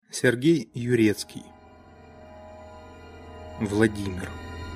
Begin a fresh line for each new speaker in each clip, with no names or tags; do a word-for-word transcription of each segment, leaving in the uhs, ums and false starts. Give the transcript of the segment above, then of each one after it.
Сергей Юрецкий. Владимир.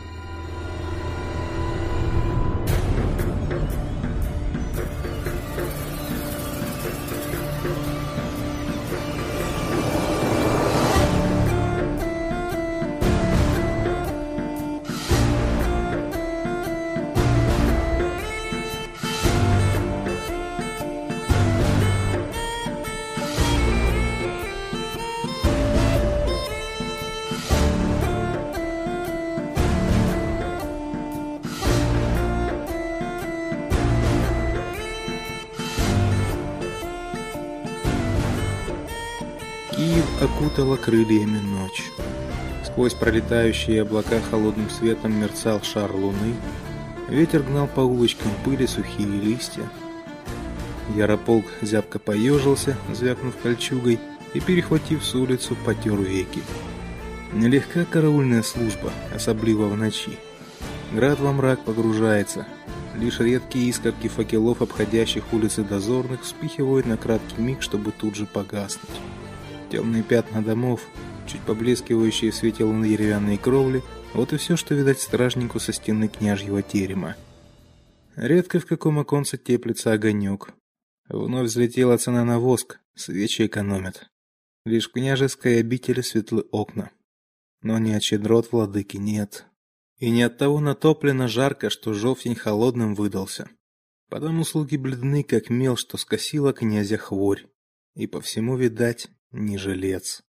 Киев окутала крыльями ночь. Сквозь пролетающие облака холодным светом мерцал шар луны. Ветер гнал по улочкам пыли сухие листья. Ярополк зябко поежился, звякнув кольчугой, и, перехватив с улицу, потер веки. Нелегка караульная служба, особливо в ночи. Град во мрак погружается. Лишь редкие искорки факелов, обходящих улицы дозорных, вспыхивают на краткий миг, чтобы тут же погаснуть. Темные пятна домов, чуть поблескивающие в свете луны деревянные кровли, вот и все, что видать стражнику со стены княжьего терема. Редко в каком оконце теплится огонек. Вновь взлетела цена на воск, свечи экономят. Лишь в княжеской обители светлы окна. Но ни от щедрот владыки нет. И не от того натоплено жарко, что жовтень холодным выдался. Потому слуги бледны, как мел, что скосила князя хворь. И по всему, видать, не жилец.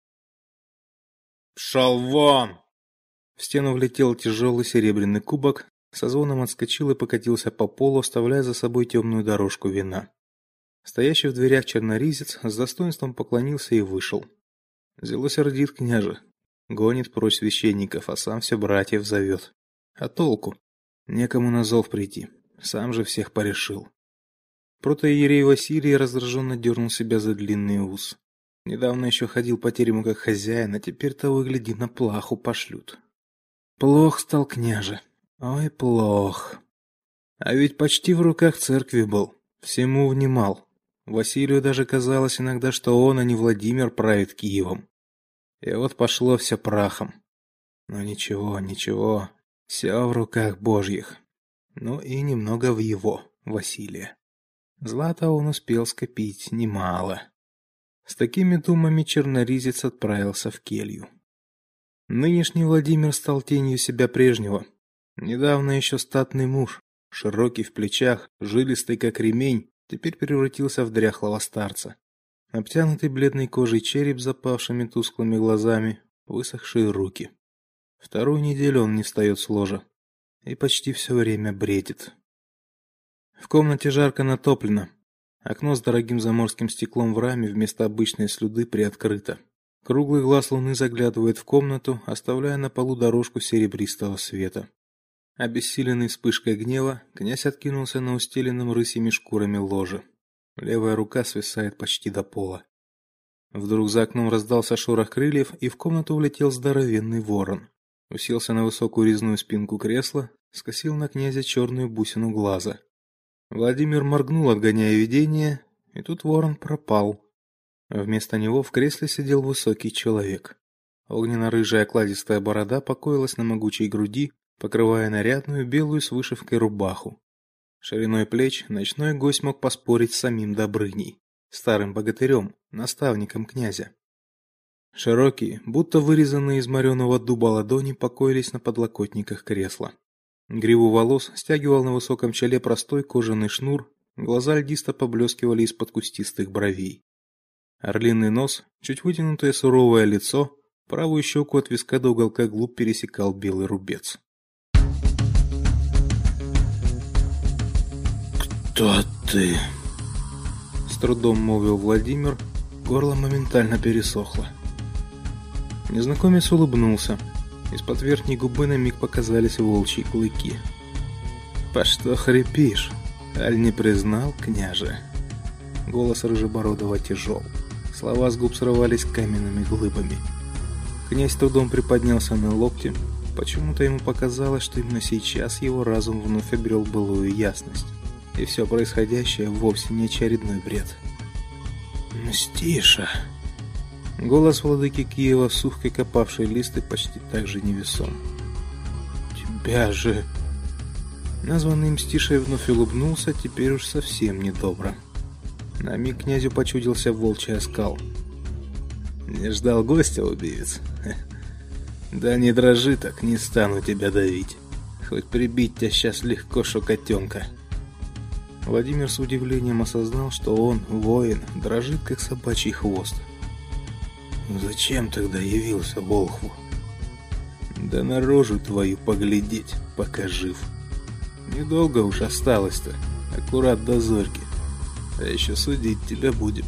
«Пшел вон!» В стену влетел тяжелый серебряный кубок, со звоном отскочил и покатился по полу, оставляя за собой темную дорожку вина. Стоящий в дверях черноризец с достоинством поклонился и вышел. Зело сердит княже, гонит прочь священников, а сам все братьев зовет. А толку? Некому на зов прийти, сам же всех порешил. Протоиерей Василий раздраженно дернул себя за длинный ус. Недавно еще ходил по терему как хозяин, а теперь того и гляди на плаху пошлют. Плох стал княже, ой, плох. А ведь почти в руках церкви был, всему внимал. Василию даже казалось иногда, что он, а не Владимир, правит Киевом. И вот пошло все прахом. Но ничего, ничего, все в руках Божьих. Ну и немного в его, Василия. Злата он успел скопить немало. С такими думами черноризец отправился в келью. Нынешний Владимир стал тенью себя прежнего. Недавно еще статный муж, широкий в плечах, жилистый как ремень, теперь превратился в дряхлого старца. Обтянутый бледной кожей череп с запавшими тусклыми глазами, высохшие руки. Вторую неделю он не встает с ложа и почти все время бредит. В комнате жарко натоплено. Окно с дорогим заморским стеклом в раме вместо обычной слюды приоткрыто. Круглый глаз луны заглядывает в комнату, оставляя на полу дорожку серебристого света. Обессиленный вспышкой гнева, князь откинулся на устеленном рысьими шкурами ложе. Левая рука свисает почти до пола. Вдруг за окном раздался шорох крыльев, и в комнату влетел здоровенный ворон. Уселся на высокую резную спинку кресла, скосил на князя черную бусину глаза. Владимир моргнул, отгоняя видение, и тут ворон пропал. Вместо него в кресле сидел высокий человек. Огненно-рыжая окладистая борода покоилась на могучей груди, покрывая нарядную белую с вышивкой рубаху. Шириной плеч ночной гость мог поспорить с самим Добрыней, старым богатырем, наставником князя. Широкие, будто вырезанные из мореного дуба ладони покоились на подлокотниках кресла. Гриву волос стягивал на высоком челе простой кожаный шнур, глаза льдисто поблескивали из-под кустистых бровей. Орлиный нос, чуть вытянутое суровое лицо, правую щеку от виска до уголка губ пересекал белый рубец. «Кто ты?» — с трудом молвил Владимир, горло моментально пересохло. Незнакомец улыбнулся. Из-под верхней губы на миг показались волчьи клыки. «По что хрипишь? Аль не признал, княже?» Голос Рыжебородова тяжел. Слова с губ срывались каменными глыбами. Князь трудом приподнялся на локте. Почему-то ему показалось, что именно сейчас его разум вновь обрел былую ясность. И все происходящее вовсе не очередной бред. «Мстиша!» Голос владыки Киева, сухо копавший листы, почти так же невесом. «Тебя же...» Названный Мстишей вновь улыбнулся, теперь уж совсем недобро. На миг князю почудился волчий оскал. «Не ждал гостя, убивец? Да не дрожи так, не стану тебя давить. Хоть прибить тебя сейчас легко, шо котенка». Владимир с удивлением осознал, что он, воин, дрожит, как собачий хвост. «Зачем тогда явился волхву?» «Да на рожу твою поглядеть, пока жив. Недолго уж осталось-то, аккурат до зорьки. А еще судить тебя будем».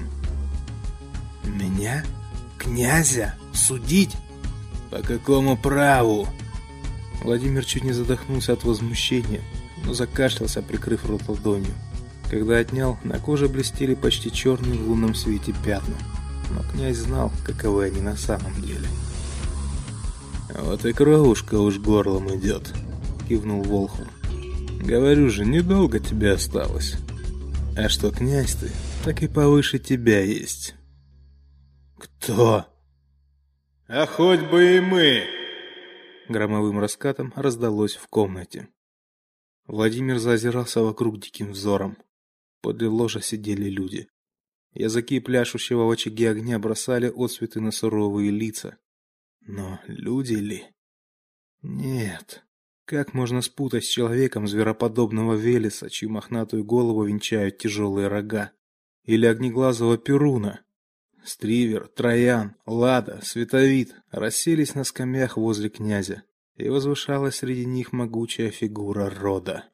«Меня? Князя? Судить? По какому праву?» Владимир чуть не задохнулся от возмущения, но закашлялся, прикрыв рот ладонью. Когда отнял, на коже блестели почти черные в лунном свете пятна. Но князь знал, каковы они на самом деле. «Вот и кровушка уж горлом идет», — кивнул Волхв. «Говорю же, недолго тебе осталось. А что князь ты, так и повыше тебя есть». «Кто?» «А хоть бы и мы!» Громовым раскатом раздалось в комнате. Владимир заозирался вокруг диким взором. Подле ложа сидели люди. Языки пляшущего в очаге огня бросали отсветы на суровые лица. Но люди ли? Нет. Как можно спутать с человеком звероподобного Велеса, чью мохнатую голову венчают тяжелые рога? Или огнеглазого Перуна? Стривер, Троян, Лада, Световид расселись на скамьях возле князя, и возвышалась среди них могучая фигура рода.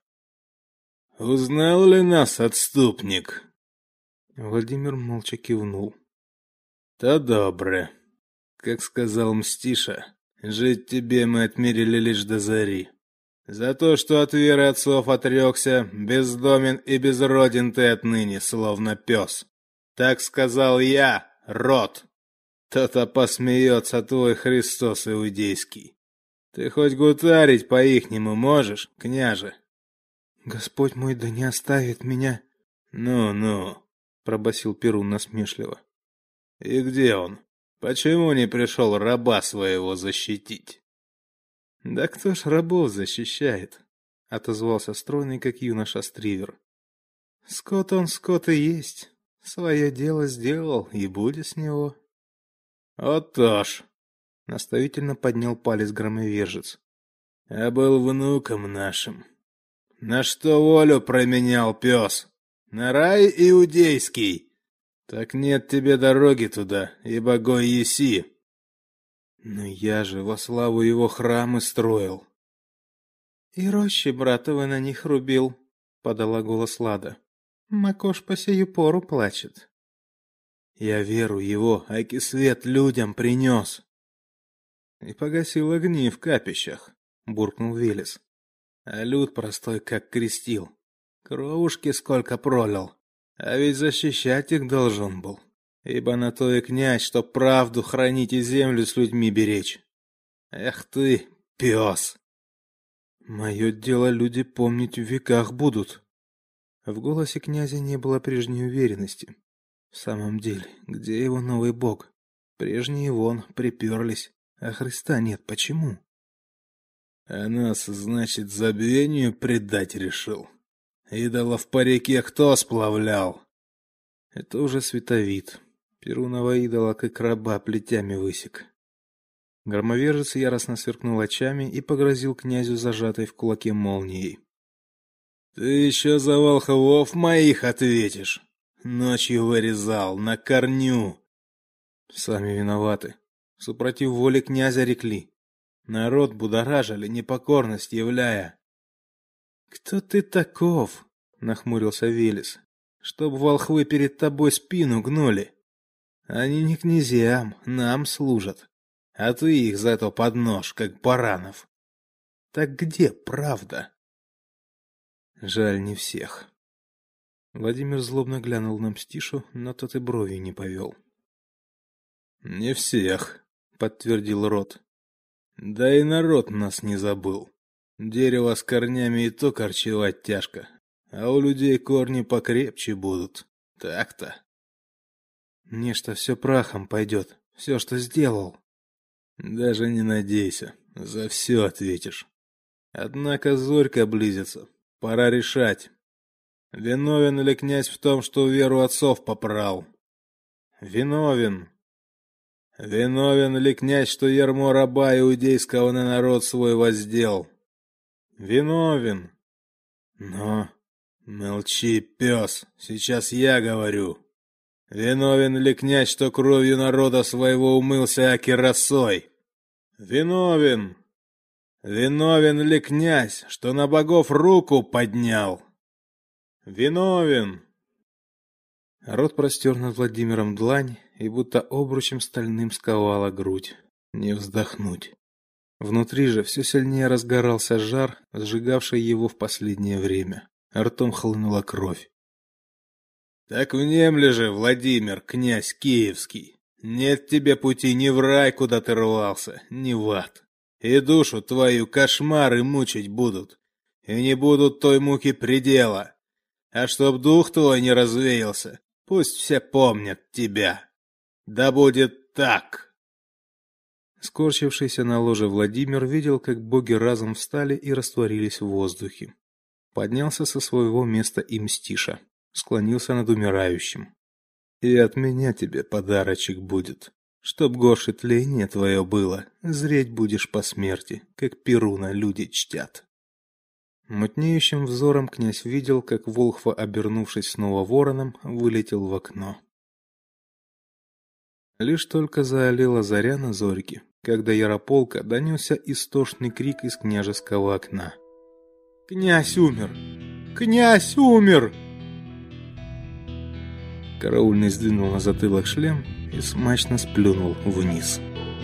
«Узнал ли нас отступник?» Владимир молча кивнул. «То добре. Как сказал Мстиша, жить тебе мы отмерили лишь до зари. За то, что от веры отцов отрекся, бездомен и безроден ты отныне, словно пес. Так сказал я, род. То-то посмеется твой Христос иудейский. Ты хоть гутарить по-ихнему можешь, княже?» «Господь мой да не оставит меня». «Ну-ну», — пробасил Перун насмешливо. «И где он? Почему не пришел раба своего защитить?» «Да кто ж рабов защищает?» — отозвался стройный, как юноша, Стривер. «Скот он скот и есть. Свое дело сделал, и будет с него». «Вот то ж», — наставительно поднял палец громовержец. «А был внуком нашим. На что волю променял пес? На рай иудейский? Так нет тебе дороги туда, ибо гой еси». «Но я же во славу его храмы строил». «И рощи братовы на них рубил», — подала голос Лада. «Макош по сию пору плачет». «Я веру его, аки свет людям принес». «И погасил огни в капищах», — буркнул Велес. «А люд простой как крестил. Кровушки сколько пролил. А ведь защищать их должен был. Ибо на то и князь, чтоб правду хранить и землю с людьми беречь. Эх ты, пес!» «Мое дело люди помнить в веках будут». В голосе князя не было прежней уверенности. В самом деле, где его новый бог? Прежние вон приперлись, а Христа нет. Почему? «А нас, значит, забвению предать решил? Идолов по реке кто сплавлял?» Это уже Световид. Перунова идола как раба плетями высек. Громовержец яростно сверкнул очами и погрозил князю зажатой в кулаке молнией. «Ты еще за волхвов моих ответишь? Ночью вырезал, на корню». «Сами виноваты. Супротив воли князя рекли. Народ будоражили, непокорность являя». «Кто ты таков?» — нахмурился Велес. «Чтоб волхвы перед тобой спину гнули. Они не князьям, нам служат. А ты их зато под нож, как баранов. Так где правда?» «Жаль, не всех». Владимир злобно глянул на Мстишу, но тот и бровью не повел. «Не всех», — подтвердил Рот. «Да и народ нас не забыл. Дерево с корнями и то корчевать тяжко, а у людей корни покрепче будут. Так-то». «Нечто все прахом пойдет», Все, что сделал. Даже не надейся, за все ответишь. Однако Зорька близится, пора решать. Виновен ли князь в том, что веру отцов попрал? Виновен. Виновен ли князь, что ярмо раба иудейского на народ свой воздел? Виновен. Но молчи, пес, сейчас я говорю. Виновен ли князь, что кровью народа своего умылся аки росой? Виновен. Виновен ли князь, что на богов руку поднял? Виновен. Рот простер над Владимиром длань, и будто обручем стальным сковала грудь. Не вздохнуть. Внутри же все сильнее разгорался жар, сжигавший его в последнее время. Ртом хлынула кровь. Так внемли же, Владимир, князь киевский. Нет тебе пути ни в рай, куда ты рвался, ни в ад. И душу твою кошмары мучить будут, и не будут той муки предела. А чтоб дух твой не развеялся, пусть все помнят тебя. Да будет так. Скорчившийся на ложе Владимир видел, как боги разом встали и растворились в воздухе. Поднялся со своего места и Мстиша, склонился над умирающим. И от меня тебе подарочек будет, чтоб горше тление твое было, зреть будешь по смерти, как Перуна люди чтят. Мутнеющим взором князь видел, как Волхва, обернувшись снова вороном, вылетел в окно. Лишь только заолела заря на зорьке, когда Ярополка донесся истошный крик из княжеского окна. «Князь умер! Князь умер!» Караульный сдвинул на затылок шлем и смачно сплюнул вниз.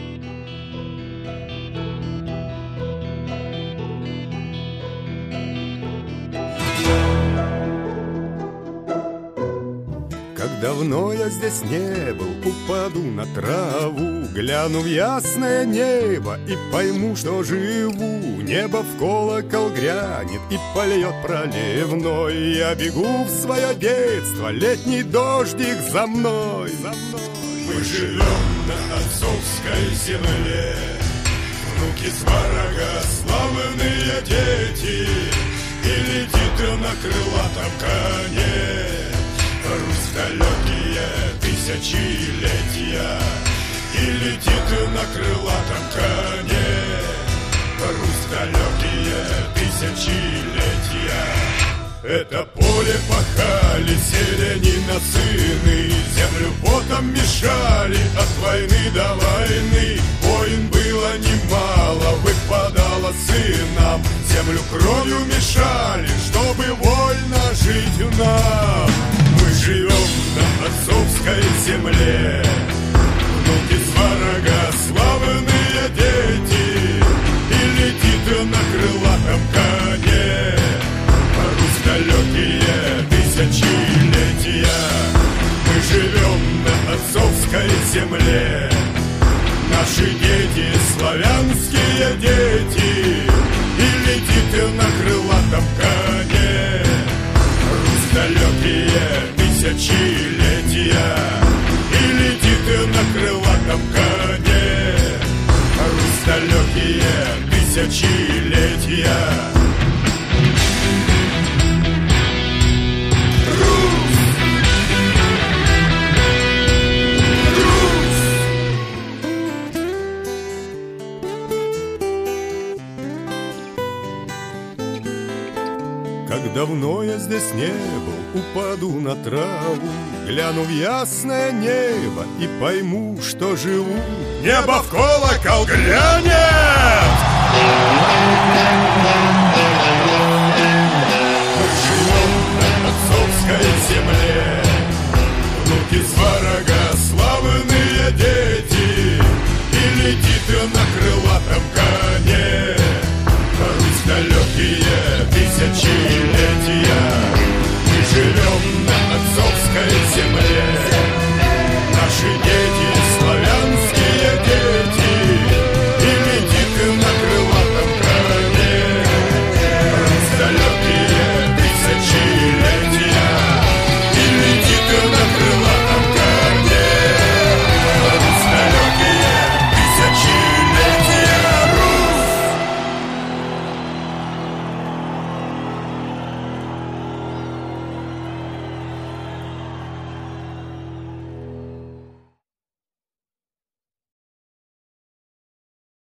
Давно я здесь не был, упаду на траву, гляну в ясное небо и пойму, что живу. Небо в колокол грянет и польет проливной. Я бегу в свое детство, летний дождик за мной, за мной.
Мы живем на отцовской земле, внуки сварога, славные дети, и летит он на крылатом коне. Русь далекие тысячелетия, и летит на крылатом коне. Русь далекие тысячелетия. Это поле пахали селянина сыны, землю потом мешали от войны до войны. Войн было немало, выпадало сынам, землю кровью мешали, чтобы вольно жить нам. Мы живем на отцовской земле, внуки сварога, славные дети, и летит на крылатом коне. Русь далекие тысячелетия. Мы живем на отцовской земле, наши дети, славянские дети, и летит на крылатом коне. Русь далекие тысячелетия, и летит на крылатом коне. Русь далекие тысячелетия.
Как давно я здесь не был, упаду на траву, гляну в ясное небо и пойму, что живу.
Небо в колокол грянет! Мы живем на отцовской земле, внуки сварога,